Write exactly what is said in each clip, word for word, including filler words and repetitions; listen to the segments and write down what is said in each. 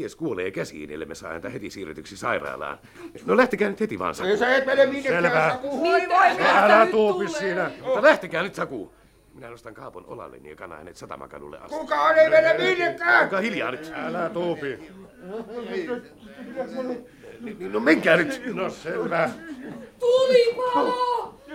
mies kuolee käsiin, ellei me saa häntä heti siirretyksi sairaalaan. No lähtekää nyt heti vaan, Saku. Ei sä et mene minnekään, Saku. Mitä Älä tuupi siinä. Mutta lähtekää nyt, Saku. Minä nostan Kaapon olalleni ja kannan hänet Satamakadulle asti. Kukaan ei mene minnekään. Olkaa hiljaa nyt. Älä tuupi. No menkää nyt. No selvä. Tulipalo!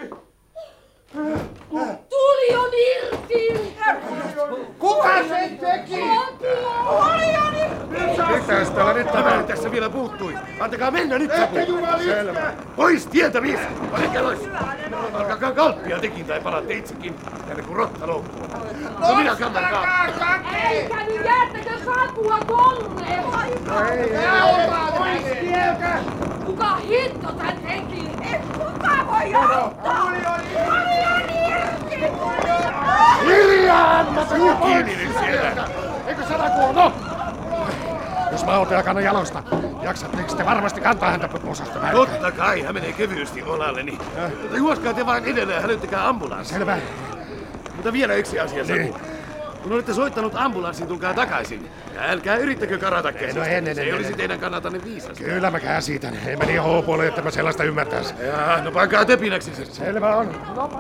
Tuli on irti! Kuka sen teki? Tuli on irti! Mitäs täällä nyt tämä tässä vielä puuttui? Antakaa mennä nyt, Saku. Selvä. Pois tieltä, mies! Panekää lois! Alkakaa kalppia tekin tai palatte itsekin. Tänne kun rotta loukkuu. No minä kannan Kaapon. Eikä nyt jäättäkö Sakua tonne! Pois tieltä. Kuka hitto tän teki? Kuka voi auttaa? Tuli on irti! Hiljaa! Mä suu kiinni nyt siellä! Eikö Sadaku? No! Jos mä otan ja kannan jalosta, jaksatteko te varmasti kantaa häntä osastopäällikkö? Totta kai, hän menee kevyesti olalleni. Mutta juoskaa te vain edelleen ja hälyttäkää ambulanssi. Selvä. Mutta vielä yksi asia, Saku. Niin. Kun olette soittanut ambulanssin, tulkaa takaisin. Ja älkää yrittäkö karata käsistä. No en, en, Se en, ei en, olisi en. teidän kannaltanne viisasta. Kyllä mä käsitän. Ei mä niin hoopoile, että mä sellaista ymmärtäis. Jaa, no pankaa töpinäksi se. Selvä on.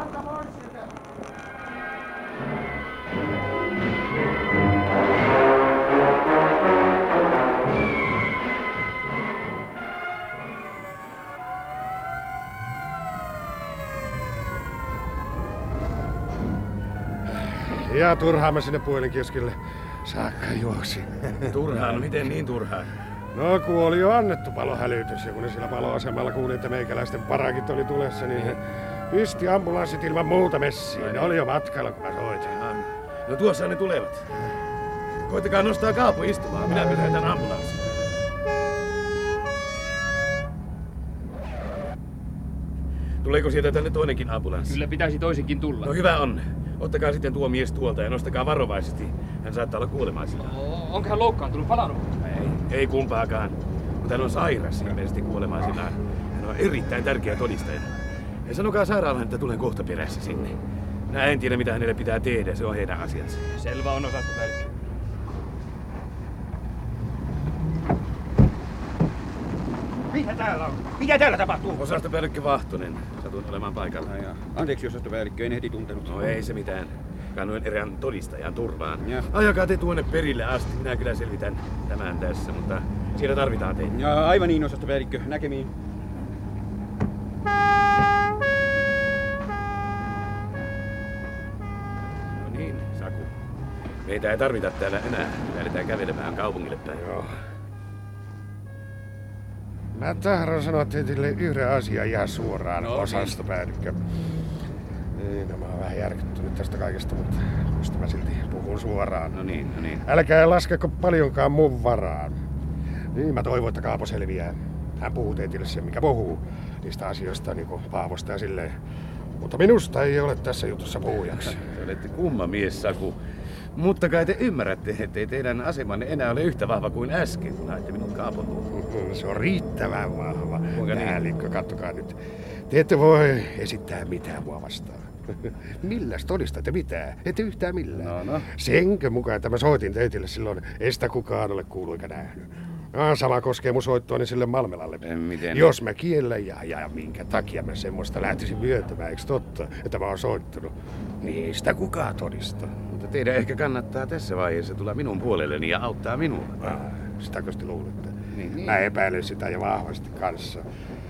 Ja turhaan mä sinne puhelin keskelle saakka juoksin. Turhaan? Miten niin turhaan? No kun oli jo annettu palohälytys ja kun ne siellä paloasemalla kuuli, että meikäläisten parakit oli tulessa, niin he pisti ambulanssit ilman muuta messiin. Ne oli jo matkalla, kun mä soitin. No tuossa ne tulevat. Koittakaa nostaa Kaapo istumaan. Minä pysäytän ambulanssin. Tuleeko sieltä tänne toinenkin ambulanssi? Kyllä pitäisi toisinkin tulla. No hyvä on. Ottakaa sitten tuo mies tuolta ja nostakaa varovaisesti. Hän saattaa olla kuolemaisilla. Onko hän loukkaantunut, palannut? Ei, ei kumpaakaan. Mutta hän on sairas ilmeisesti kuolemaisillaan. Hän on erittäin tärkeä todistaja. Ja sanokaa sairaalaan, että tulen kohta perässä sinne. Minä en tiedä, mitä hänelle pitää tehdä. Se on heidän asiansa. Selvä on osastopäällikkö. Mitä täällä on? Mitä täällä tapahtuu? Osastopäällikkö Vahtonen. Satun olemaan paikalla. Ja, anteeksi, osastopäällikkö, en heti tuntenut. No ei se mitään. Kannoin erään todistajan turvaan. Ja. Ajakaa te tuonne perille asti. Minä kyllä selvitän tämän tässä, mutta siellä tarvitaan teitä. Ja, aivan niin, osastopäällikkö. Näkemiin. No niin, Saku. Meitä ei tarvita täällä enää. Lähdetään kävelemään kaupungille päin. Joo. Mä tahdon sanoa teille yhden asian ihan suoraan, No, osastopäällikkö. Niin, no, mä oon vähän järkyttynyt tästä kaikesta, mutta mistä mä silti puhun suoraan. No niin, no niin. Älkää laskeko paljonkaan mun varaan. Niin, mä toivon, että Kaapo selviää. Hän puhuu teille sen, mikä puhuu. Niistä asioista niin kuin Paavosta ja silleen. Mutta minusta ei ole tässä jutussa puhujaksi. Te olette kumma mies, Saku. Mutta kai te ymmärrätte, ettei teidän asemanne enää ole yhtä vahva kuin äsken, kun näitte minun Kaapon luo. Se on riittävän vahva. Kuinka niin? Päällikkö, kattokaa nyt. Te ette voi esittää mitään mua vastaan. Milläs todistatte mitään? Ette yhtään millään. No, no. Senkö mukaan, että mä soitin teitille silloin, ei sitä kukaan ole kuullut eikä nähnyt. No, sama koskee mun soittoani sille Malmelalle. En, miten? Jos mä kiellän ja, ja minkä takia mä semmoista lähtisin myöntämään, eikö totta, että mä oon soittanut, niin ei sitä kukaan todista. Mutta teidän ehkä kannattaa tässä vaiheessa tulla minun puolelleni ja auttaa minua. Ah, sitäkö te luulette? Niin, niin. Mä epäilen sitä ja vahvasti kanssa.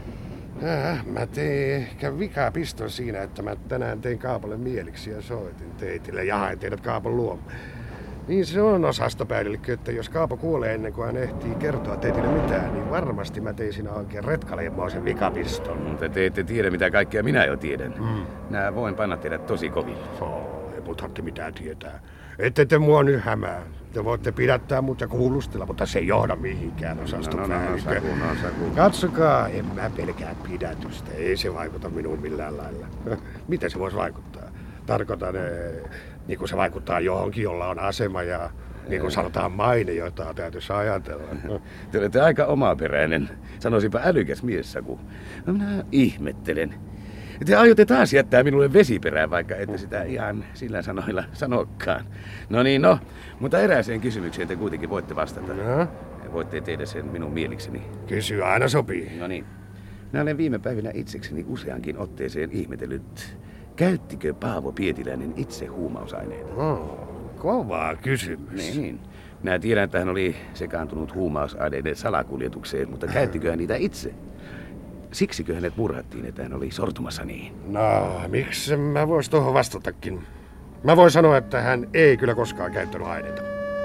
Äh, mä tein ehkä vikapiston siinä, että mä tänään tein Kaapolle mieliksi ja soitin teitille ja hain teidät Kaapon luo. Niin se on osastopäällikkö, että jos Kaapo kuolee ennen kuin hän ehtii kertoa teitille mitään, niin varmasti mä tein siinä oikein retkalemmoisen vikapiston. Mutta te ette tiedä, mitä kaikkea minä jo tiedän. Mm. Minä voin panna teidät tosi koville. Oh, ei mut hartti mitään tietää. Ette te mua nyt hämää. Te voitte pidättää mut ja kuulustella, mutta se ei johda mihinkään osastopäällikkö. No, no, no, no, Saku, Saku. Katsokaa, en mä pelkää pidätystä. Ei se vaikuta minuun millään lailla. Miten se voisi vaikuttaa? Tarkoitan, niin kuin se vaikuttaa johonkin, jolla on asema ja niin kuin sanotaan maine, jota täytyisi ajatella. Te olette aika omaperäinen. Sanoisinpa älykäs mies, Saku. No minä ihmettelen. Te aiotte taas jättää minulle vesiperään, vaikka ette sitä ihan sillä sanoilla sanokaan. No niin, no. Mutta erääseen kysymykseen te kuitenkin voitte vastata. No? voitte tehdä sen minun mielikseni. Kysy aina sopii. No niin. Minä olen viime päivinä itsekseni useankin otteeseen ihmetellyt, käyttikö Paavo Pietiläinen itse huumausaineita? Oh, kova kysymys. Niin. Minä tiedän, että hän oli sekaantunut huumausaineiden salakuljetukseen, mutta käyttikö hän niitä itse? Siksikö hänet murhattiin, että hän oli sortumassa niihin? No, miksi mä vois tuohon vastatakin? Mä voin sanoa, että hän ei kyllä koskaan käyttänyt aineita.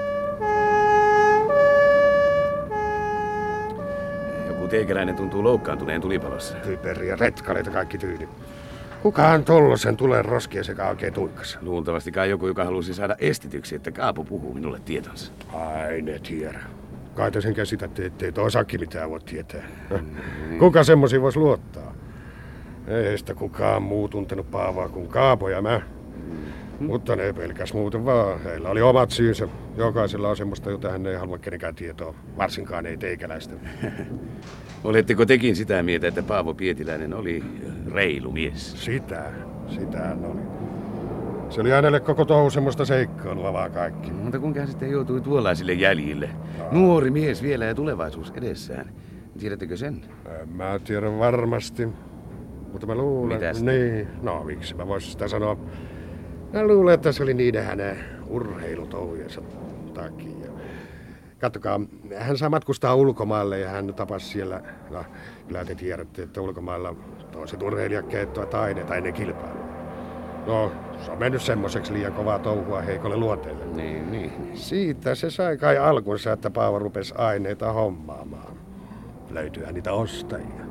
Joku teikäläinen tuntuu loukkaantuneen tulipalossa. Typeriä retkaleita kaikki tyyli. Kukahan tollosen tulee roskien sekä oikein tuikkas? Luultavasti kai joku, joka halusi saada estityksi, että Kaapo puhuu minulle tietonsa. Ai ne tiedä. Kai te sen käsitätte, ettei toisakin mitään voi tietää. Mm. Kuka semmosia vois luottaa? Ei heistä kukaan muu tuntenut Paavoa kuin Kaapo ja mä. Mm. Mutta ne pelkäs muuten vaan. Heillä oli omat syynsä. Jokaisella on semmoista, jota hän ei halua kenenkään tietoa. Varsinkaan ei teikäläistä. Oletteko tekin sitä mieltä, että Paavo Pietiläinen oli reilu mies? Sitä. Sitä hän oli. Se oli hänelle koko touhu semmoista seikkailua vaan kaikki. Mutta kuinka hän sitten joutui tuollaisille jäljille? No. Nuori mies vielä ja tulevaisuus edessään. Tiedättekö sen? En mä tiedän varmasti. Mutta mä luulen... Mitäs? Niin, no miksi mä voisin sitä sanoa? Mä luulen, että se oli niiden hänen urheilutouhujensa takia. Kattokaa, hän saa matkustaa ulkomaille ja hän tapasi siellä... No, kyllä te tiedätte, että ulkomailla toiset urheilijat käyttävät aineita ennen kilpailua. No, se on mennyt semmoiseksi liian kovaa touhua heikolle luonteelle. Niin, niin. Siitä se sai kai alkunsa, että Paavo rupesi aineita hommaamaan. Löytyyhän niitä ostajia.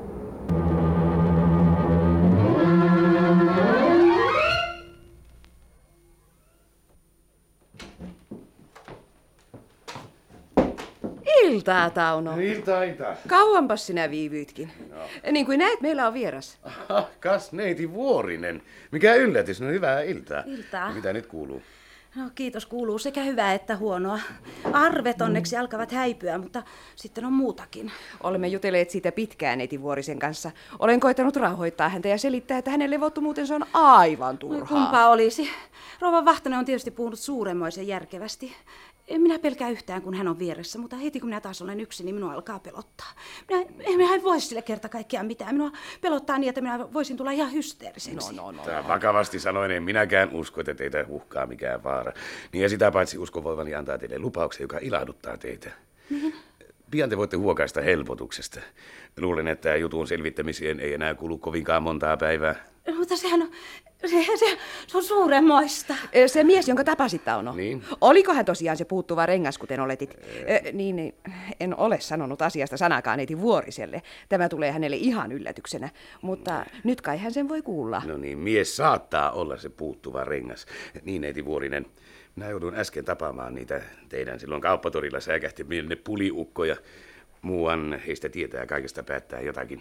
Iltaa, Tauno. Iltaa, iltaa. Kauanpas sinä viivyitkin. No. Niin kuin näet, meillä on vieras. Aha, kas neiti Vuorinen. Mikä yllätys, no hyvää iltaa. Iltaa. Ja mitä nyt kuuluu? No kiitos, kuuluu sekä hyvää että huonoa. Arvet onneksi alkavat häipyä, mutta sitten on muutakin. Olemme jutelleet siitä pitkään neiti Vuorisen kanssa. Olen koittanut rauhoittaa häntä ja selittää, että hänen levottomuutensa on aivan turhaa. Kumpaa olisi? Rouva Vahtonen on tietysti puhunut suuremmoisen järkevästi. En minä pelkää yhtään, kun hän on vieressä, mutta heti kun minä taas olen yksin, niin minua alkaa pelottaa. Minä, minä en voi sille kerta kaikkiaan mitään. Minua pelottaa niin, että minä voisin tulla ihan hysteeriseksi. No, no, no, Tämä no. vakavasti sanoen en minäkään usko, että teitä uhkaa mikään vaara. Niin ja sitä paitsi uskon voivani antaa teille lupauksen, joka ilahduttaa teitä. Mihin? Pian te voitte huokaista helpotuksesta. Luulen, että jutun selvittämiseen ei enää kulu kovinkaan montaa päivää. No, mutta sehän on, se, se, se on suuremmoista. Se mies, jonka tapasit, Tauno. Niin. Oliko hän tosiaan se puuttuva rengas, kuten oletit? Ö, niin, niin, en ole sanonut asiasta sanakaan neiti Vuoriselle. Tämä tulee hänelle ihan yllätyksenä. Mutta nyt kai hän sen voi kuulla. No niin, mies saattaa olla se puuttuva rengas. Niin, neiti Vuorinen. Minä joudun äsken tapaamaan niitä teidän silloin kauppatorilla säikähtimille puliukkoja. Muuan heistä tietää kaikesta päättää jotakin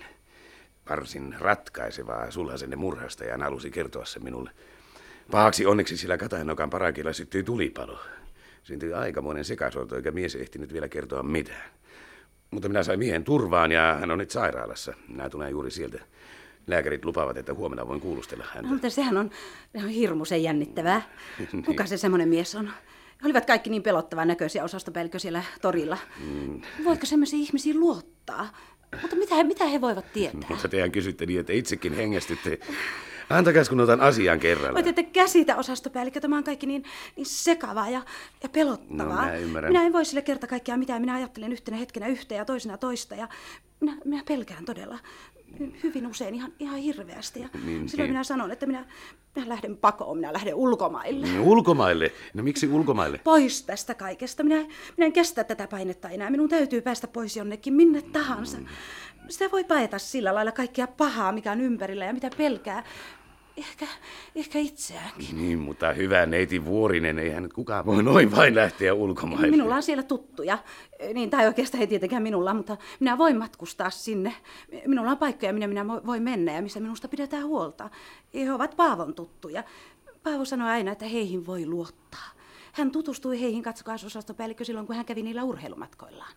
varsin ratkaisevaa sulhasenne murhasta ja hän halusi kertoa se minulle. Pahaksi onneksi sillä Katajanokan parakilla syttyi tulipalo. Syntyi aikamoinen sekasorto eikä mies ehtinyt vielä kertoa mitään. Mutta minä sain miehen turvaan ja hän on nyt sairaalassa. Minä tulen juuri sieltä. Lääkärit lupaavat, että huomenna voin kuulustella häntä. No, mutta sehän on, on hirmuisen jännittävää. Niin. Kuka se semmoinen mies on? He olivat kaikki niin pelottavan näköisiä osastopäällikkö siellä torilla. Mm. Voitko semmoisiin ihmisiin luottaa? Mutta mitä he, mitä he voivat tietää? Mutta tehän kysytte niin, että itsekin hengästytte. Antakas, kun otan asian kerralla. Voit ette käsitä, osastopäällikkö. Tämä on kaikki niin, niin sekavaa ja, ja pelottavaa. No, minä ymmärrän. Minä en voi sille kerta kaikkiaan mitään. Minä ajattelen yhtenä hetkenä yhtä ja toisena toista. Ja minä, minä pelkään todella. Hyvin usein ihan, ihan hirveästi. Ja niin, silloin niin. minä sanon, että minä, minä lähden pakoon, minä lähden ulkomaille. No, ulkomaille? No miksi ulkomaille? Pois tästä kaikesta. Minä, minä en kestä tätä painetta enää. Minun täytyy päästä pois jonnekin, minne tahansa. Sitä voi paeta sillä lailla kaikkea pahaa, mikä on ympärillä ja mitä pelkää. Ehkä, ehkä itseäänkin. Niin, mutta hyvä neiti Vuorinen, eihän nyt kukaan voi noin vain lähteä ulkomaille. Minulla on siellä tuttuja. Niin, tai oikeastaan ei tietenkään minulla, mutta minä voin matkustaa sinne. Minulla on paikkoja, minne minä voin mennä ja missä minusta pidetään huolta. He ovat Paavon tuttuja. Paavo sanoi aina, että heihin voi luottaa. Hän tutustui heihin, katsokaa osastopäällikkö, silloin, kun hän kävi niillä urheilumatkoillaan.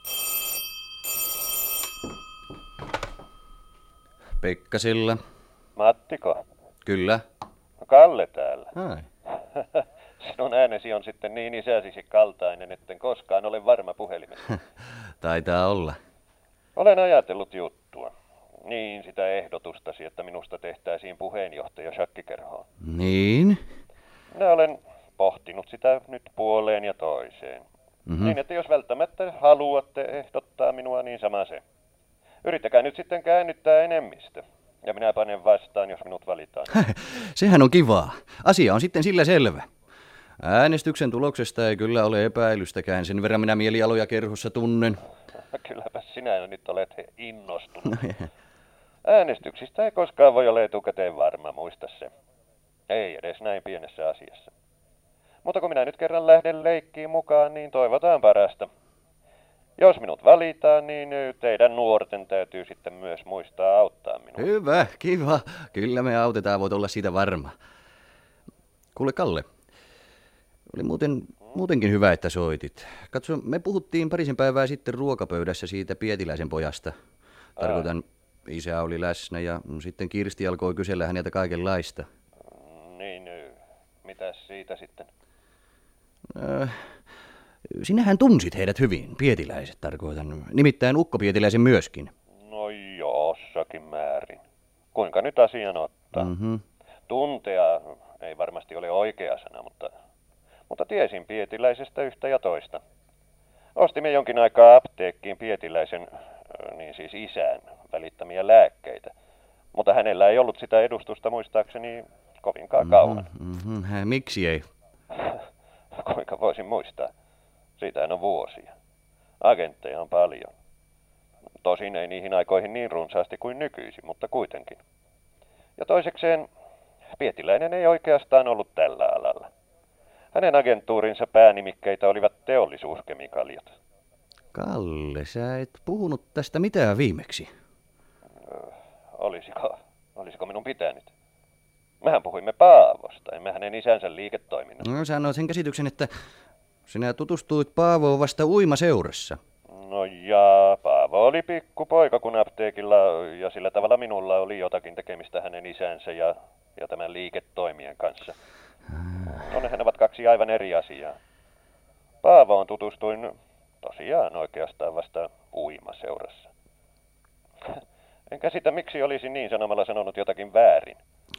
Pekkasilla. Mattiko? Kyllä. No Kalle täällä. Ai. Sinun äänesi on sitten niin isäsisi kaltainen, etten koskaan ole varma puhelimessa. Taitaa olla. Olen ajatellut juttua. Niin, sitä ehdotustasi, että minusta tehtäisiin puheenjohtaja shakkikerhoon. Niin? Minä olen pohtinut sitä nyt puoleen ja toiseen. Mm-hmm. Niin, että jos välttämättä haluatte ehdottaa minua, niin sama se. Yrittäkää nyt sitten käännyttää enemmistö. Ja minä panen vastaan, jos minut valitaan. Sehän on kivaa. Asia on sitten sillä selvä. Äänestyksen tuloksesta ei kyllä ole epäilystäkään. Sen verran minä mielialoja kerhossa tunnen. Kylläpä sinä nyt olet innostunut. Äänestyksistä ei koskaan voi olla etukäteen varma, muista se. Ei edes näin pienessä asiassa. Mutta kun minä nyt kerran lähden leikkiin mukaan, niin toivotaan parasta. Jos minut valitaan, niin teidän nuorten täytyy sitten myös muistaa auttaa minua. Hyvä, kiva. Kyllä me autetaan, voit olla siitä varma. Kuule Kalle, oli muuten, muutenkin hyvä, että soitit. Katso, me puhuttiin parisen päivää sitten ruokapöydässä siitä Pietiläisen pojasta. Tarkoitan, isä oli läsnä ja sitten Kirsti alkoi kysellä häneltä kaikenlaista. Niin, mitäs siitä sitten? Äh, sinähän tunsit heidät hyvin, Pietiläiset tarkoitan. Nimittäin Ukko Pietiläisen myöskin. No jossakin määrin. Kuinka nyt asian ottaa? Mm-hmm. Tuntea ei varmasti ole oikea sana, mutta, mutta tiesin Pietiläisestä yhtä ja toista. Ostimme jonkin aikaa apteekkiin Pietiläisen, niin siis isän, välittämiä lääkkeitä. Mutta hänellä ei ollut sitä edustusta muistaakseni kovinkaan mm-hmm, kauan. Mm-hmm. Miksi ei? Kuinka voisin muistaa? Siitähän on vuosia. Agentteja on paljon. Tosin ei niihin aikoihin niin runsaasti kuin nykyisin, mutta kuitenkin. Ja toisekseen, Pietiläinen ei oikeastaan ollut tällä alalla. Hänen agenttuurinsa päänimikkeitä olivat teollisuuskemikaliat. Kalle, sä et puhunut tästä mitään viimeksi. Olisiko, olisiko minun pitänyt? Mehän puhuimme Paavosta, emme hänen isänsä liiketoiminnasta. No, sanoit sen käsityksen, että sinä tutustuit Paavoon vasta uimaseurassa. No ja Paavo oli pikkupoika kun apteekilla ja sillä tavalla minulla oli jotakin tekemistä hänen isänsä ja, ja tämän liiketoimien kanssa. No nehän ovat kaksi aivan eri asiaa. Paavoon tutustuin tosiaan oikeastaan vasta uimaseurassa. En käsitä miksi olisi niin sanomalla sanonut jotakin väärin.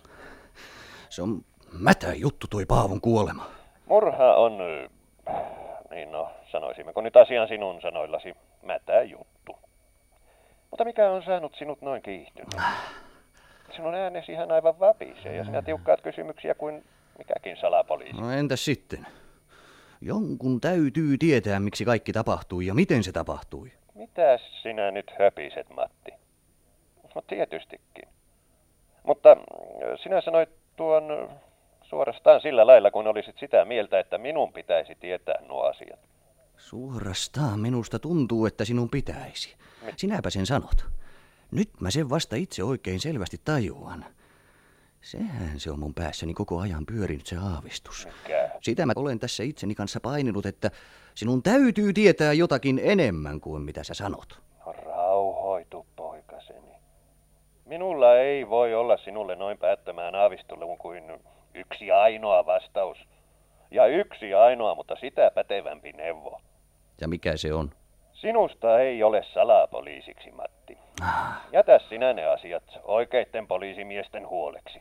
Se on mätä juttu toi Paavon kuolema. Murha on, niin no sanoisimmeko nyt asian sinun sanoillasi, mätä juttu. Mutta mikä on saanut sinut noin kiihtynyt? Sinun äänesi ihan aivan vapisee ja sinä tiukkaat kysymyksiä kuin mikäkin salapoliisi. No entäs sitten? Jonkun täytyy tietää, miksi kaikki tapahtui ja miten se tapahtui. Mitäs sinä nyt höpiset, Matti? No tietystikin. Mutta sinä sanoit tuon suorastaan sillä lailla, kun olisit sitä mieltä, että minun pitäisi tietää nuo asiat. Suorastaan minusta tuntuu, että sinun pitäisi. Sinäpä sen sanot. Nyt mä sen vasta itse oikein selvästi tajuan. Sehän se on mun päässäni koko ajan pyörinyt se aavistus. Mikä? Sitä mä olen tässä itseni kanssa paininut, että sinun täytyy tietää jotakin enemmän kuin mitä sä sanot. Rauhoitu, poikaseni. Minulla ei voi olla sinulle noin päättämään aavisteluun kuin yksi ainoa vastaus. Ja yksi ainoa, mutta sitä pätevämpi neuvo. Ja mikä se on? Sinusta ei ole salapoliisiksi, Matti. Ah. Jätä sinä ne asiat oikeitten poliisimiesten huoleksi.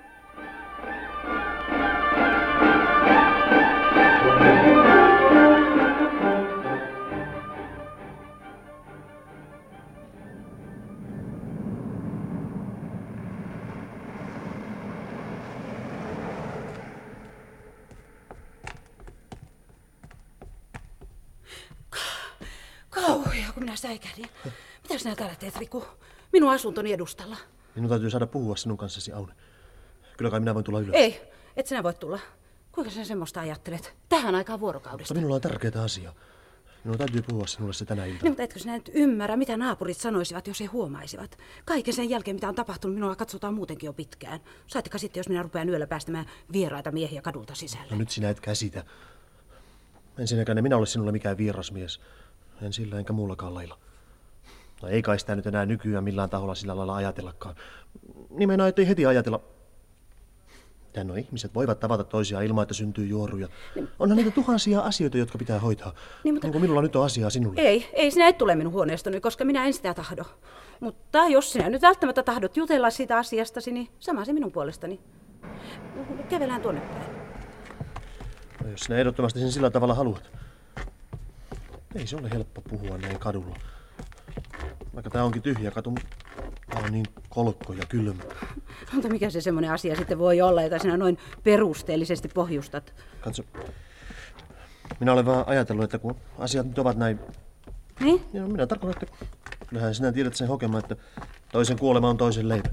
Kauhea, kun minä säikähdin. Mitä sinä täällä teet, Riku? Minun asuntoni edustalla. Minun täytyy saada puhua sinun kanssasi, Aune. Kyllä kai minä voin tulla ylös. Ei, et sinä voi tulla. Kuinka sinä semmoista ajattelet? Tähän aikaan vuorokaudesta. Mutta minulla on tärkeää asiaa. Minun täytyy puhua sinulle se tänä iltana. No, mutta etkö sinä nyt ymmärrä, mitä naapurit sanoisivat, jos he huomaisivat? Kaiken sen jälkeen, mitä on tapahtunut, minua katsotaan muutenkin jo pitkään. Saattekaan sitten, jos minä rupean yöllä päästämään vieraita miehiä kadulta sisälle. No nyt sinä et käsitä. Ensinnäkään en minä ole sinulle mikään vierasmies. En sillä enkä muullakaan lailla. No ei kai sitä nyt enää nykyään millään taholla sillä lailla ajatellakaan. Nimenomaan, ettei heti ajatella. Ja no ihmiset voivat tavata toisiaan ilman, että syntyy juoruja. Niin. Onhan niitä tuhansia asioita, jotka pitää hoitaa. Niin, mutta... Onko minulla nyt on asiaa sinulle? Ei, ei sinä et tule minun huoneestoni, koska minä en sitä tahdo. Mutta jos sinä nyt välttämättä tahdot jutella siitä asiastasi, niin sama se minun puolestani. Kävelään tuonne päin. No, jos sinä ehdottomasti sen sillä tavalla haluat. Ei se ole helppo puhua näin kadulla. Vaikka tää onkin tyhjä katu, tää on niin kolkko ja kylmä. Mutta mikä se semmoinen asia sitten voi olla, jota sinä noin perusteellisesti pohjustat? Katso, minä olen vaan ajatellut, että kun asiat nyt ovat näin... Niin? Niin no, minä tarkoitan, että kyllähän sinä tiedät sen hokema, että toisen kuolema on toisen leipä.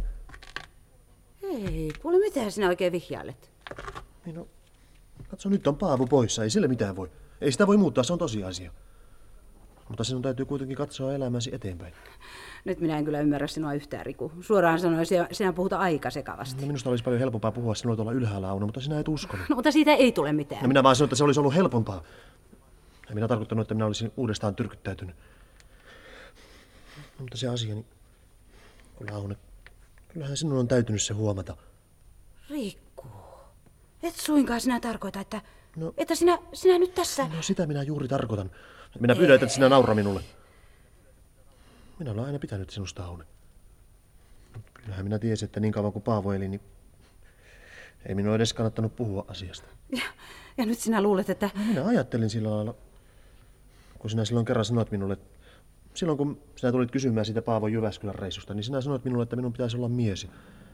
Ei, kuule mitä sinä oikein vihjailet? Niin no, katso nyt on Paavo poissa, ei sille mitään voi. Ei sitä voi muuttaa, se on tosiasia. Mutta sinun täytyy kuitenkin katsoa elämäsi eteenpäin. Nyt minä en kyllä ymmärrä sinua yhtään, Riku. Suoraan sanoen, sinä puhut aika sekavasti. No, minusta olisi paljon helpompaa puhua sinulle tuolla ylhäällä, Auno, mutta sinä et uskonut. No, mutta siitä ei tule mitään. No, minä vaan sanoin, että se olisi ollut helpompaa. Ja minä tarkoittanut, että minä olisin uudestaan tyrkyttäytynyt. No, mutta se asia, niin... Kyllä, Auno, kyllähän sinun on täytynyt se huomata. Riku, et suinkaan sinä tarkoita, että... No, että sinä, sinä nyt tässä... No sitä minä juuri tarkoitan. Minä pyydän, että sinä naura minulle. Minä olen aina pitänyt sinusta, Aune. Kyllähän minä tiesin, että niin kauan kuin Paavo eli, niin ei minun edes kannattanut puhua asiasta. Ja, ja nyt sinä luulet, että... No, minä ajattelin sillä lailla, kun sinä silloin kerran sanoit minulle, silloin kun sinä tulit kysymään siitä Paavon Jyväskylän reissusta, niin sinä sanoit minulle, että minun pitäisi olla mies.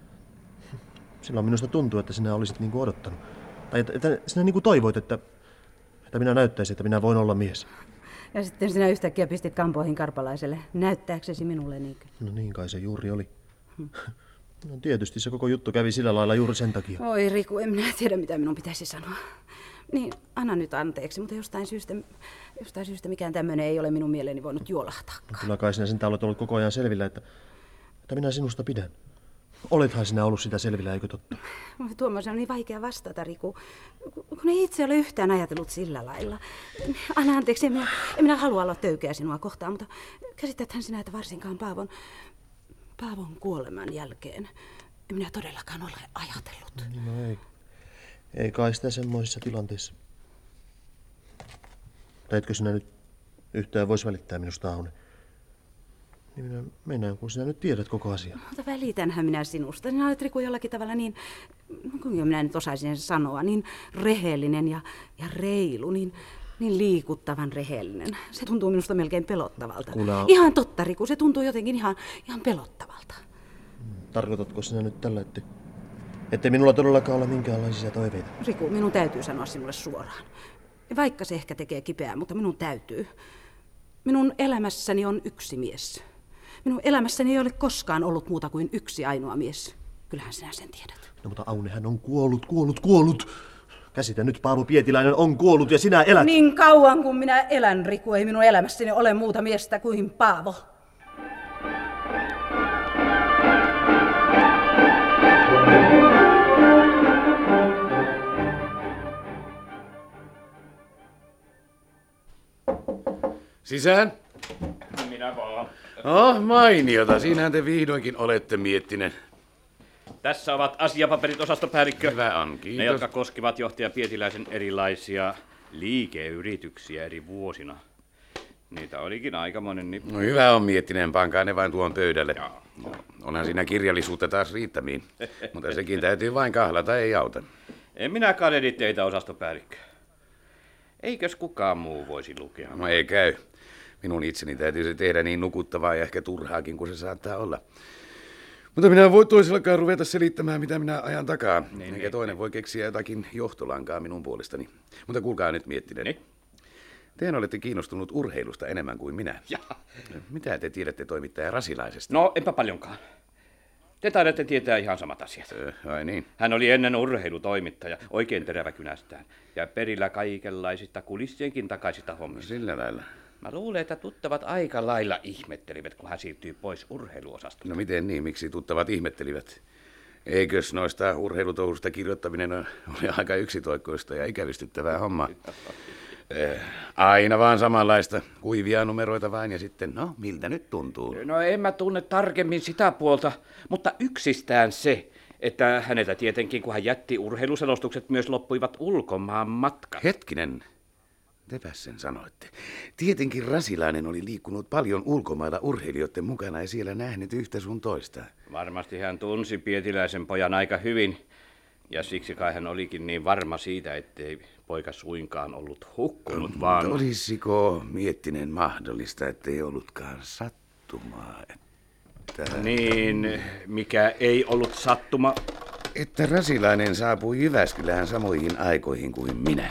Silloin minusta tuntui, että sinä olisit niin kuin odottanut. Tai että, että sinä niin kuin toivoit, että, että minä näyttäisin, että minä voin olla mies. Ja sitten sinä yhtäkkiä pistit kampoihin Karpalaiselle, näyttääksesi minulle niinkö? No niin kai se juuri oli. Hmm. No tietysti se koko juttu kävi sillä lailla juuri sen takia. Oi Riku, en minä tiedä mitä minun pitäisi sanoa. Niin, anna nyt anteeksi, mutta jostain syystä, jostain syystä mikään tämmöinen ei ole minun mieleeni voinut juolahtaa. No, kyllä kai sinä sen olet ollut koko ajan selvillä, että, että minä sinusta pidän. Olethan sinä ollut sitä selvillä, eikö totta? Tuomas on niin vaikea vastata, Riku, kun ei itse ole yhtään ajatellut sillä lailla. Anna anteeksi, en minä, en minä halua olla töykeä sinua kohtaan, mutta käsittäthän sinä, että varsinkaan Paavon, Paavon kuoleman jälkeen en minä todellakaan ole ajatellut. No ei, ei kai sitä semmoisissa tilanteissa. Tai etkö sinä nyt yhtään voisi välittää minusta, Aune? Niin minä mennään, kun sinä nyt tiedät koko asian. Mutta välitänhän minä sinusta. Sinä olet, Riku, jollakin tavalla niin, kuinka minä nyt osaisin sanoa, niin rehellinen ja, ja reilu, niin, niin liikuttavan rehellinen. Se tuntuu minusta melkein pelottavalta. Kula... Ihan totta, Riku, se tuntuu jotenkin ihan, ihan pelottavalta. Tarkoitatko sinä nyt tällä, että ettei minulla todellakaan ole minkäänlaisia toiveita? Riku, minun täytyy sanoa sinulle suoraan. Vaikka se ehkä tekee kipeää, mutta minun täytyy. Minun elämässäni on yksi mies. Minun elämässäni ei ole koskaan ollut muuta kuin yksi ainoa mies. Kyllähän sinä sen tiedät. No mutta Aune, hän on kuollut, kuollut, kuollut. Käsitä nyt, Paavo Pietiläinen on kuollut ja sinä elät. Niin kauan kuin minä elän, Riku, ei minun elämässäni ole muuta miestä kuin Paavo. Sisään. Minä vaan. Oh, mainiota. Siinähän te vihdoinkin olette miettinen. Tässä ovat asiapaperit, osastopäällikkö. Hyvä on, kiitos. Ne, jotka koskivat johtaja Pietiläisen erilaisia liikeyrityksiä eri vuosina. Niitä olikin aikamoinen nippu. No hyvä on miettinen, pankaa ne vain tuon pöydälle. No, onhan siinä kirjallisuutta taas riittämiin, mutta sekin täytyy vain kahlata, ei auta. En minä kadehdi teitä, osastopäällikkö. Eikös kukaan muu voisi lukea? No ei käy. Minun itseni täytyy se tehdä niin nukuttavaa ja ehkä turhaakin kuin se saattaa olla. Mutta minä voi toisellakaan ruveta selittämään, mitä minä ajan takaa. Niin, eikä niin, toinen niin. voi keksiä jotakin johtolankaa minun puolestani. Mutta kuulkaa nyt miettinen. Niin. Tehän olette kiinnostunut urheilusta enemmän kuin minä. Ja. Mitä te tiedätte toimittaja Rasilaisesta? No, enpä paljonkaan. Te taidatte tietää ihan samat asiat. Öö, ai niin. Hän oli ennen urheilutoimittaja, oikein teräväkynästään. Ja perillä kaikenlaisista kulissienkin takaisista hommista. Sillä lailla. Mä luulen, että tuttavat aika lailla ihmettelivät, kun hän siirtyi pois urheiluosasta. No miten niin? Miksi tuttavat ihmettelivät? Eikös noista urheilutouhusta kirjoittaminen ole aika yksitoikkoista ja ikävystyttävää hommaa? Eh, aina vaan samanlaista. Kuivia numeroita vain ja sitten, no, miltä nyt tuntuu? No en mä tunne tarkemmin sitä puolta, mutta yksistään se, että häneltä tietenkin, kun hän jätti urheiluselostukset, myös loppuivat ulkomaan matkat. Hetkinen. Tepäs sen sanoitte. Tietenkin Rasilainen oli liikkunut paljon ulkomailla urheilijoiden mukana ja siellä nähnyt yhtä sun toista. Varmasti hän tunsi Pietiläisen pojan aika hyvin. Ja siksi kai hän olikin niin varma siitä, ettei poika suinkaan ollut hukkunut, vaan... Olisiko Miettinen mahdollista, ettei ollutkaan sattumaa, että... Niin, mikä ei ollut sattuma? Että Rasilainen saapui Jyväskylään samoihin aikoihin kuin minä.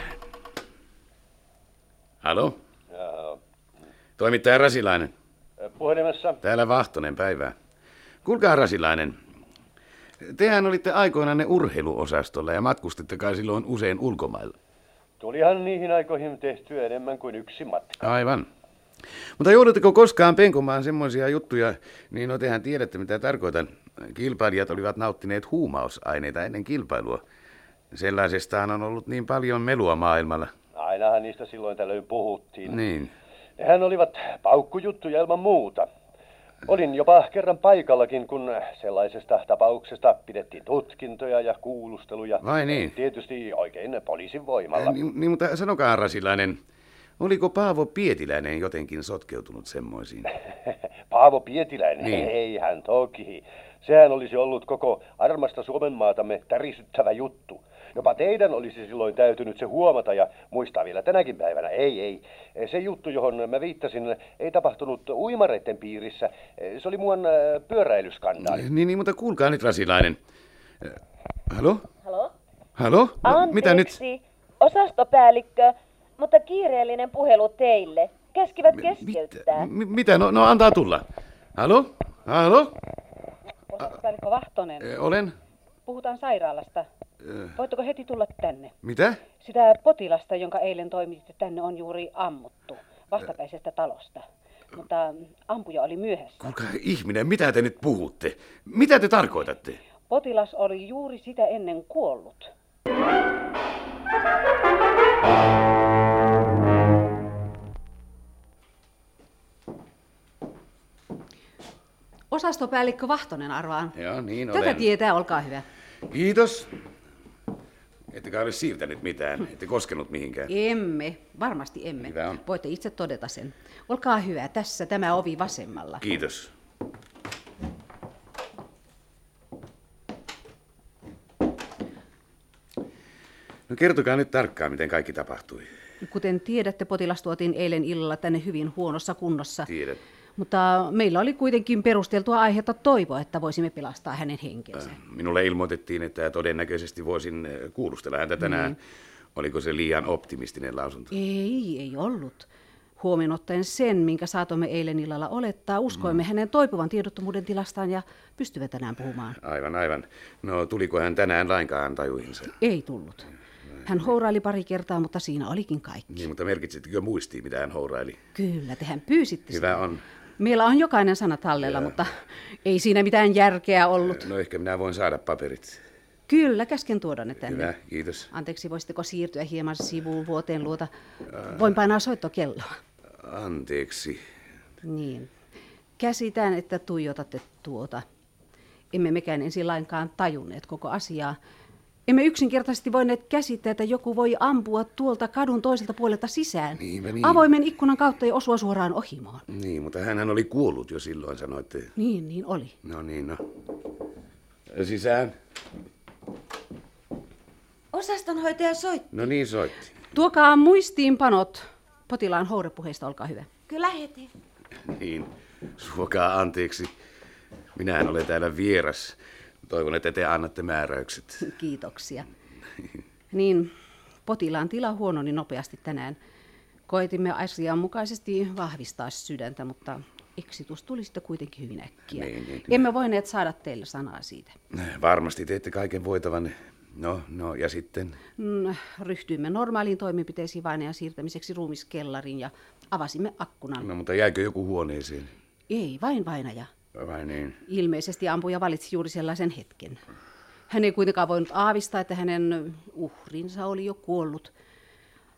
Halo? Jaa. Toimittaja Rasilainen. Puhelimessa? Täällä Vahtonen, päivää. Kuulkaa Rasilainen. Tehän olitte aikoinanne urheiluosastolla ja matkustitte kai silloin usein ulkomailla. Tulihan niihin aikoihin tehtyä enemmän kuin yksi matka. Aivan. Mutta joudutteko koskaan penkomaan semmoisia juttuja, niin no tehän tiedätte mitä tarkoitan. Kilpailijat olivat nauttineet huumausaineita ennen kilpailua. Sellaisestaan on ollut niin paljon melua maailmalla. Ainahan niistä silloin tällöin puhuttiin. Niin. Nehän olivat paukkujuttuja ilman muuta. Olin jopa kerran paikallakin, kun sellaisesta tapauksesta pidettiin tutkintoja ja kuulusteluja. Vai niin? Tietysti oikein poliisin voimalla. Niin, niin mutta sanokaa Rasilainen, oliko Paavo Pietiläinen jotenkin sotkeutunut semmoisiin? Paavo Pietiläinen? Niin. Ei hän toki. Sehän olisi ollut koko armasta Suomen maatamme tärisyttävä juttu. Jopa teidän olisi silloin täytynyt se huomata ja muistaa vielä tänäkin päivänä. Ei, ei. Se juttu, johon mä viittasin, ei tapahtunut uimareiden piirissä. Se oli muuan pyöräilyskandaali. Niin, niin, mutta kuulkaa nyt Rasilainen. Halo? Halo? Halo? No, Anteeksi, mitä nyt? osastopäällikkö, mutta kiireellinen puhelu teille. Käskivät keskeyttää. M- mitä? No, no antaa tulla. Halo? Halo? Osastopäällikkö Vahtonen. Ö, olen. Puhutaan sairaalasta. Voitteko heti tulla tänne? Mitä? Sitä potilasta, jonka eilen toimititte tänne, on juuri ammuttu vastapäisestä talosta. Mutta ampuja oli myöhässä. Kuulkaa ihminen, mitä te nyt puhutte? Mitä te tarkoitatte? Potilas oli juuri sitä ennen kuollut. Osastopäällikkö Vahtonen arvaan. Joo, niin Tätä olen. tietää, olkaa hyvä. Kiitos. Ettekä ole siirtänyt mitään, ette koskenut mihinkään. Emme, varmasti emme. Hyvä on. Voitte itse todeta sen. Olkaa hyvä, tässä tämä ovi vasemmalla. Kiitos. No kertokaa nyt tarkkaan, miten kaikki tapahtui. Kuten tiedätte, potilas tuotiin eilen illalla tänne hyvin huonossa kunnossa. Tiedät. Mutta meillä oli kuitenkin perusteltua aihetta toivoa, että voisimme pelastaa hänen henkensä. Minulle ilmoitettiin, että todennäköisesti voisin kuulustella häntä tänään. Niin. Oliko se liian optimistinen lausunto? Ei, ei ollut. Huomioon ottaen sen, minkä saatoimme eilen illalla olettaa, uskoimme mm. hänen toipuvan tiedottomuuden tilastaan ja pystyvät tänään puhumaan. Aivan, aivan. No tuliko hän tänään lainkaan tajuihinsa? Ei tullut. Hän houraili pari kertaa, mutta siinä olikin kaikki. Niin, mutta merkitsittekö muistiin, mitä hän houraili? Kyllä, tehän pyysitte sitä. Hyvä on. Meillä on jokainen sana tallella, Ja. mutta ei siinä mitään järkeä ollut. No ehkä minä voin saada paperit. Kyllä, käsken tuoda ne tänne. Hyvä, kiitos. Anteeksi, voisitteko siirtyä hieman sivuun vuoteen luota? Voin painaa soittokelloa. Anteeksi. Niin. Käsitän, että tuijotatte tuota. Emme mekään ensin lainkaan tajunneet koko asiaa. Emme yksinkertaisesti voineet käsittää, että joku voi ampua tuolta kadun toiselta puolelta sisään. Niinpä niin. Avoimen ikkunan kautta ja osua suoraan ohimoon. Niin, mutta hänhän oli kuollut jo silloin, sanoitte. Niin, niin oli. No niin, no. Sisään. Osastonhoitaja soitti. No niin, soitti. Tuokaa muistiinpanot potilaan hourepuheista, olkaa hyvä. Kyllä heti. Niin, suokaa anteeksi. Minähän olen täällä vieras. Toivon, että te annatte määräykset. Kiitoksia. Niin, potilaan tila huononi nopeasti tänään. Koetimme asianmukaisesti vahvistaa sydäntä, mutta eksitus tuli sitten kuitenkin hyvin äkkiä. Niin, niin. Emme voineet saada teille sanaa siitä. Varmasti teette kaiken voitavanne. No, no ja sitten? Mm, ryhtyimme normaaliin toimenpiteisiin vainajan siirtämiseksi ruumiskellariin ja avasimme akkunan. No, mutta jäikö joku huoneeseen? Ei, vain vainaja. Vai niin? Ilmeisesti ampuja valitsi juuri sellaisen hetken. Hän ei kuitenkaan voinut aavistaa, että hänen uhrinsa oli jo kuollut.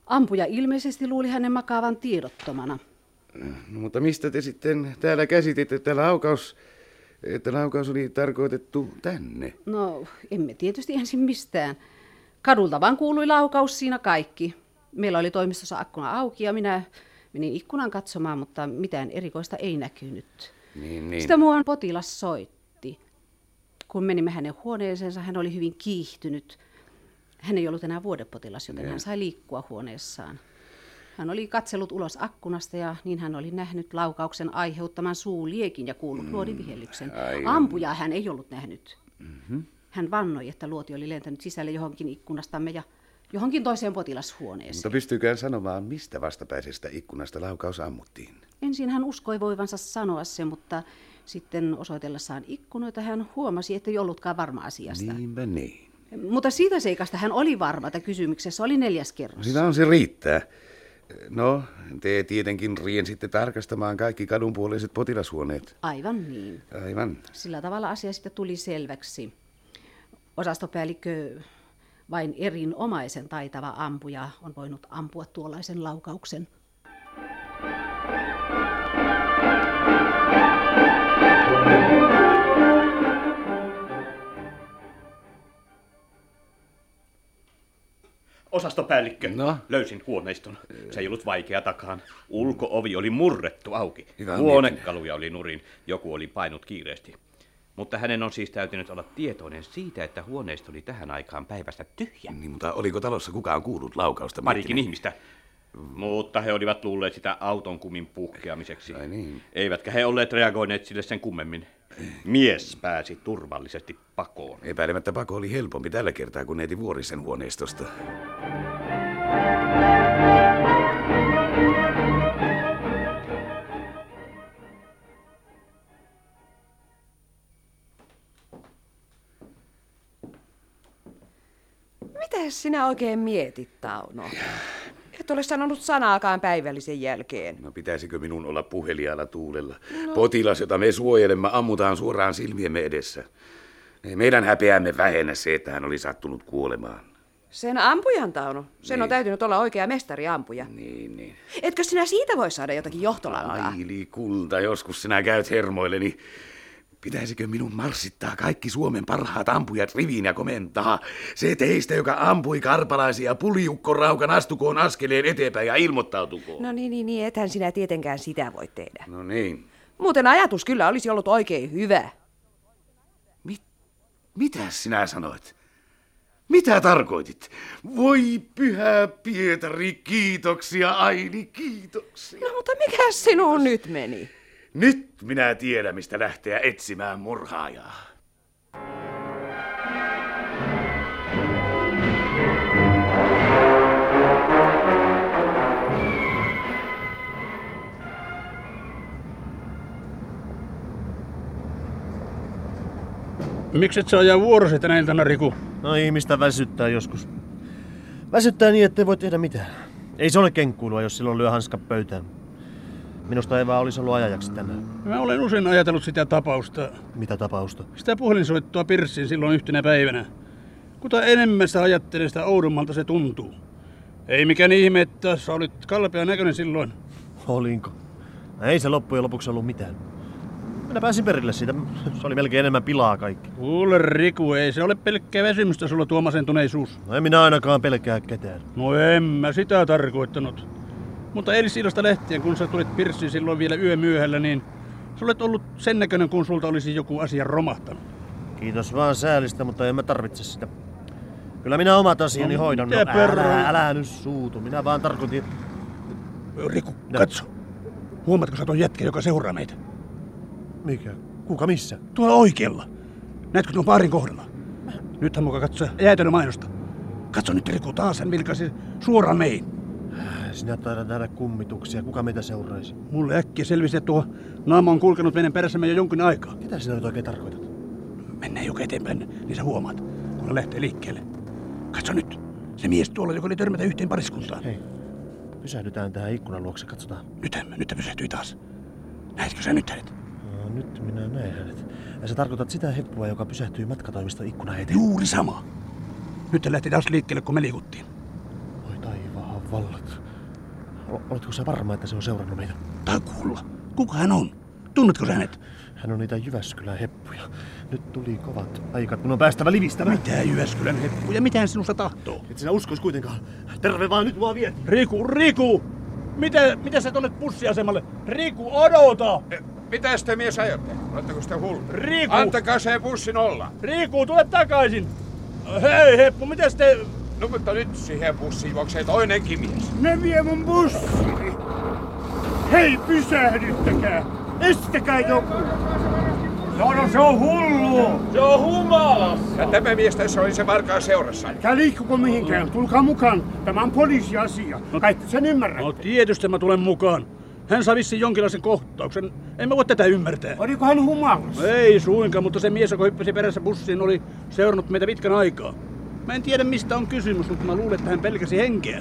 Ampuja ilmeisesti luuli hänen makaavan tiedottomana. No, mutta mistä te sitten täällä käsititte, että laukaus, että laukaus oli tarkoitettu tänne? No, emme tietysti ensin mistään. Kadulta vaan kuului laukaus, siinä kaikki. Meillä oli toimistossa akkuna auki ja minä menin ikkunan katsomaan, mutta mitään erikoista ei näkynyt. Niin, niin. Sitä mua potilas soitti. Kun menimme hänen huoneeseensa, hän oli hyvin kiihtynyt. Hän ei ollut enää vuodepotilas, joten ja. hän sai liikkua huoneessaan. Hän oli katsellut ulos akkunasta ja niin hän oli nähnyt laukauksen aiheuttaman suuliekin ja kuullut mm, luodivihellyksen. Ampujaa hän ei ollut nähnyt. Mm-hmm. Hän vannoi, että luoti oli lentänyt sisälle johonkin ikkunastamme ja johonkin toiseen potilashuoneeseen. Mutta pystyykö sanomaan, mistä vastapäisestä ikkunasta laukaus ammuttiin? Ensin hän uskoi voivansa sanoa se, mutta sitten osoitellessaan ikkunoita hän huomasi, että ei ollutkaan varma asiasta. Niinpä niin. Mutta siitä seikasta hän oli varma, että kysymyksessä oli neljäs kerros. Sitä on se riittää. No, te tietenkin riensitte tarkastamaan kaikki kadunpuoleiset potilashuoneet. Aivan niin. Aivan. Sillä tavalla asia sitten tuli selväksi. Osastopäällikkö, vain erinomaisen taitava ampuja on voinut ampua tuollaisen laukauksen. Osastopäällikkö, no? Löysin huoneiston. Se ei ollut vaikea takaan. Ulko-ovi oli murrettu auki. Hyvä, Huonekaluja oli nurin. Joku oli painut kiireesti. Mutta hänen on siis täytynyt olla tietoinen siitä, että huoneisto oli tähän aikaan päivästä tyhjä. Niin, mutta oliko talossa kukaan kuullut laukausta? Parikin ihmistä. Mutta he olivat luulleet sitä auton kumin puhkeamiseksi. Ai niin. Eivätkä he olleet reagoineet sille sen kummemmin. Mies pääsi turvallisesti pakoon. Epäilemättä pako oli helpompi tällä kertaa kuin neiti Vuorisen huoneistosta. Mitäs sinä oikein mietit, Tauno? Et ole sanonut sanaakaan päivällisen jälkeen. No pitäisikö minun olla puheliaalla tuulella? No. Potilas, jota me suojelemme, ammutaan suoraan silmiemme edessä. Ei meidän häpeämme vähennä se, että hän oli sattunut kuolemaan. Sen ampujan, Tauno. Sen niin. on täytynyt olla oikea mestariampuja. Niin, niin. Etkö sinä siitä voi saada jotakin johtolankaa? Aili kulta, joskus sinä käyt hermoilleni. Pitäisikö minun marssittaa kaikki Suomen parhaat ampujat riviin ja komentaa? Se teistä, joka ampui karpalaisia puliukkoraukan, astukoon askeleen eteenpäin ja ilmoittautukoon. No niin, niin, niin, ethän sinä tietenkään sitä voi tehdä. No niin. Muuten ajatus kyllä olisi ollut oikein hyvä. Mit, mitä sinä sanoit? Mitä tarkoitit? Voi pyhä Pietari, kiitoksia, Aili, kiitoksia. No mutta mikä sinuun nyt meni? Nyt minä tiedän, mistä lähteä etsimään murhaajaa. Miksi et sä ajaa vuorosi tänä iltana, Riku? No ihmistä väsyttää joskus. Väsyttää niin, ettei voi tehdä mitään. Ei se ole kenkkuilua, jos silloin lyö hanska pöytään. Minusta ei vaan olisi ollut ajajaksi tänään. Mä olen usein ajatellut sitä tapausta. Mitä tapausta? Sitä puhelinsoittoa Pirssiin silloin yhtenä päivänä. Kuta enemmän sitä ajattelee, sitä oudommalta se tuntuu. Ei mikään ihme, että sä olit kalpea näköinen silloin. Olinko? Ei se loppujen lopuksi ollut mitään. Minä pääsin perille siitä. Se oli melkein enemmän pilaa kaikki. Kuule Riku, ei se ole pelkkää väsymystä sulla tuo masentuneisuus. No en minä ainakaan pelkää ketään. No en mä sitä tarkoittanut. Mutta eilisillasta lähtien, kun sä tulit Pirssiin silloin vielä yömyöhällä, niin sä olet ollut sen näköinen, kun sulta olisi joku asia romahtanut. Kiitos vaan säälistä, mutta en mä tarvitse sitä. Kyllä minä omat asiani no, hoidan. No, älä, älä nyt suutu. Minä vaan tarkoitin... Riku, no. Katso. Huomaatko sä tuon jätkä, joka seuraa meitä? Mikä? Kuka missä? Tuolla oikealla. Näetkö tuon baarin kohdalla? Nythän muka katso jäätelön mainosta. Katso nyt, Riku, taas hän vilkaisi suoraan meihin. Sinä taidat nähdä kummituksia. Kuka meitä seuraisi? Mulle äkkiä selvisi, että tuo naama on kulkenut meidän perässämme jo jonkin aikaa. Mitä sinä nyt oikein tarkoitat? Mennään joka eteenpäin, niin sä huomaat, kun lähtee liikkeelle. Katso nyt. Se mies tuolla, joka oli törmätä yhteen pariskuntaan. Hei, pysähdytään tähän ikkunan luokse, katsotaan. Nyt, nyt pysähtyi taas. Näetkö sä nyt hänet? No, nyt minä näen hänet. Ja sä tarkoitat sitä heppua, joka pysähtyi matkatoimiston ikkunan eteen? Juuri sama. Nyt lähti taas liikkeelle, kun me liikuttiin. Oi taivaan Vallat. Oletko sä varma, että se on seurannut meitä? Tai kuulla. Kuka hän on? Tunnetko sä hänet? Hän on niitä Jyväskylän heppuja. Nyt tuli kovat aikat, mun on päästävä livistämään. Mitä Jyväskylän heppuja? Mitä hän sinusta tahtoo? Et sinä uskois kuitenkaan. Terve vaan, nyt mua vietiin. Riku, Riku! Mitä, mitä sä tonne bussiasemalle? Riku, odota! Mitä te mies aiotte? Oletteko sitä hullu? Riku! Antakaa se bussin olla. Riku, tule takaisin! Hei heppu, mitäs te... No mutta nyt siihen bussiin juoksee toinenkin mies. Ne vie mun bussini. Hei, pysähdyttäkää. Estäkää joku. No, no se on hullu. Se on humalassa. Ja tämä mies tässä oli se varkaan seurassa. Älkää liikkuko mihinkään. Tulkaa mukaan. Tämä on poliisiasia. Kai sen ymmärrätte. No tietysti mä tulen mukaan. Hän saa vissiin jonkinlaisen kohtauksen. En mä voi tätä ymmärtää. Oliko hän humalassa? Ei suinkaan, mutta se mies, joka hyppäsi perässä bussiin, oli seurannut meitä pitkän aikaa. Mä en tiedä mistä on kysymys, mutta mä luulen, että hän pelkäsi henkeä.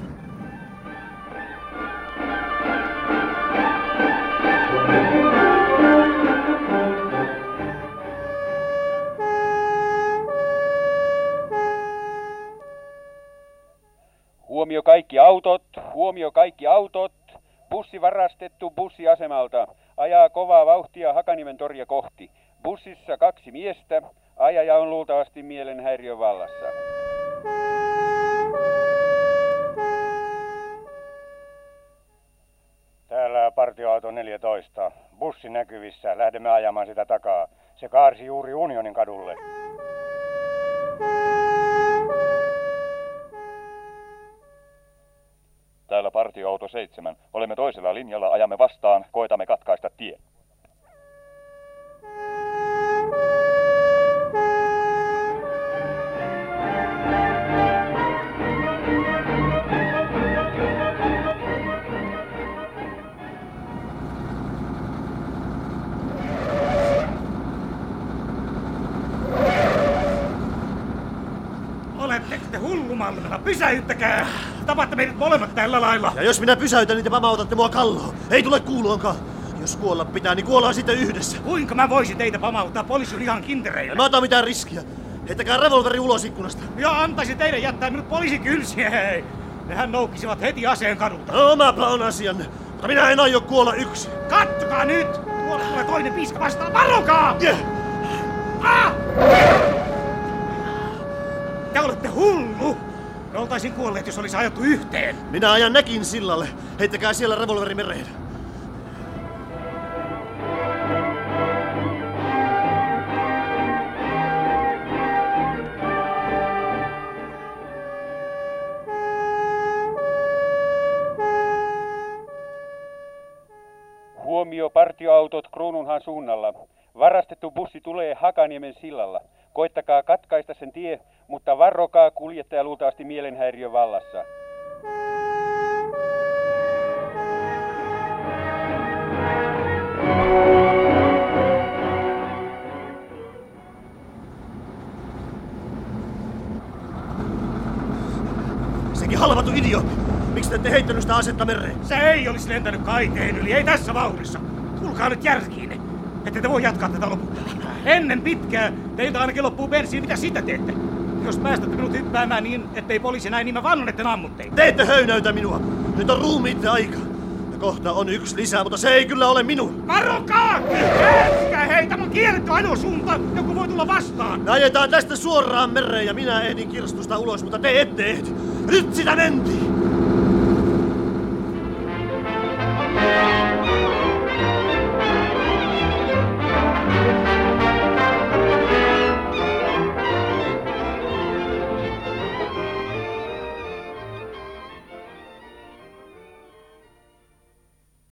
Huomio kaikki autot, huomio kaikki autot. Bussi varastettu bussiasemalta. Ajaa kovaa vauhtia Hakaniemen toria kohti. Bussissa kaksi miestä. Ajaja on luultavasti mielenhäiriön vallassa. Täällä partioauto neljätoista. Bussi näkyvissä. Lähdemme ajamaan sitä takaa. Se kaarsi juuri Unionin kadulle. Täällä partioauto seitsemän. Olemme toisella linjalla, ajamme vastaan, koetamme katkaista tien. Oletteko te hullumallilla? Pysäyttäkää! Tapatte meidät molemmat tällä lailla. Ja jos minä pysäytän, niin te pamautatte mua kalloon. Ei tule kuuluonkaan. Jos kuolla pitää, niin kuollaan sitten yhdessä. Kuinka mä voisin teitä pamauttaa? Poliisi on ihan kintereillä. En mä ota mitään riskiä. Heittäkää revolveri ulos ikkunasta. Ja antaisin teidän jättää minut poliisikylsiä, hei. Nehän noukkisivat heti aseen kadulta. No, omapa on asianne. Mutta minä en aio kuolla yksin. Kattokaa nyt! Tuolla tulee toinen piiska vastaan. Varokaa! Yeah. Ah! Te olette hullu! Me oltaisin kuolleet, jos olisi ajattu yhteen. Minä ajan Näkin sillalle. Heittäkää siellä revolveri mereen. Huomio partioautot Kruununhan suunnalla. Varastettu bussi tulee Hakaniemen sillalla. Koittakaa katkaista sen tie, mutta varokaa, kuljettaja luultavasti mielenhäiriön vallassa. Sekin halvattu idiootti. Miksi te ette heittänyt sitä asetta mereen? Se ei olisi lentänyt kaiteen yli, ei tässä vauhdissa. Tulkaa nyt järkiinne. Ette te voi jatkaa tätä lopulta. Ennen pitkää teiltä ainakin loppuu bensiin. Mitä sitä teette? Jos päästätte minut hyppäämään niin, ettei poliisi näin, niin mä vannon, etten ammut teitä. Te ette höynäytä minua. Nyt on ruumiitte aika. Ja kohta on yksi lisää, mutta se ei kyllä ole minun. Varokaa! Äätkää hei, tämä on kielletty ajosuunta. Joku voi tulla vastaan. Me ajetaan tästä suoraan mereen ja minä ehdin kirstusta ulos, mutta te ette ehdi. Nyt sitä mentiin.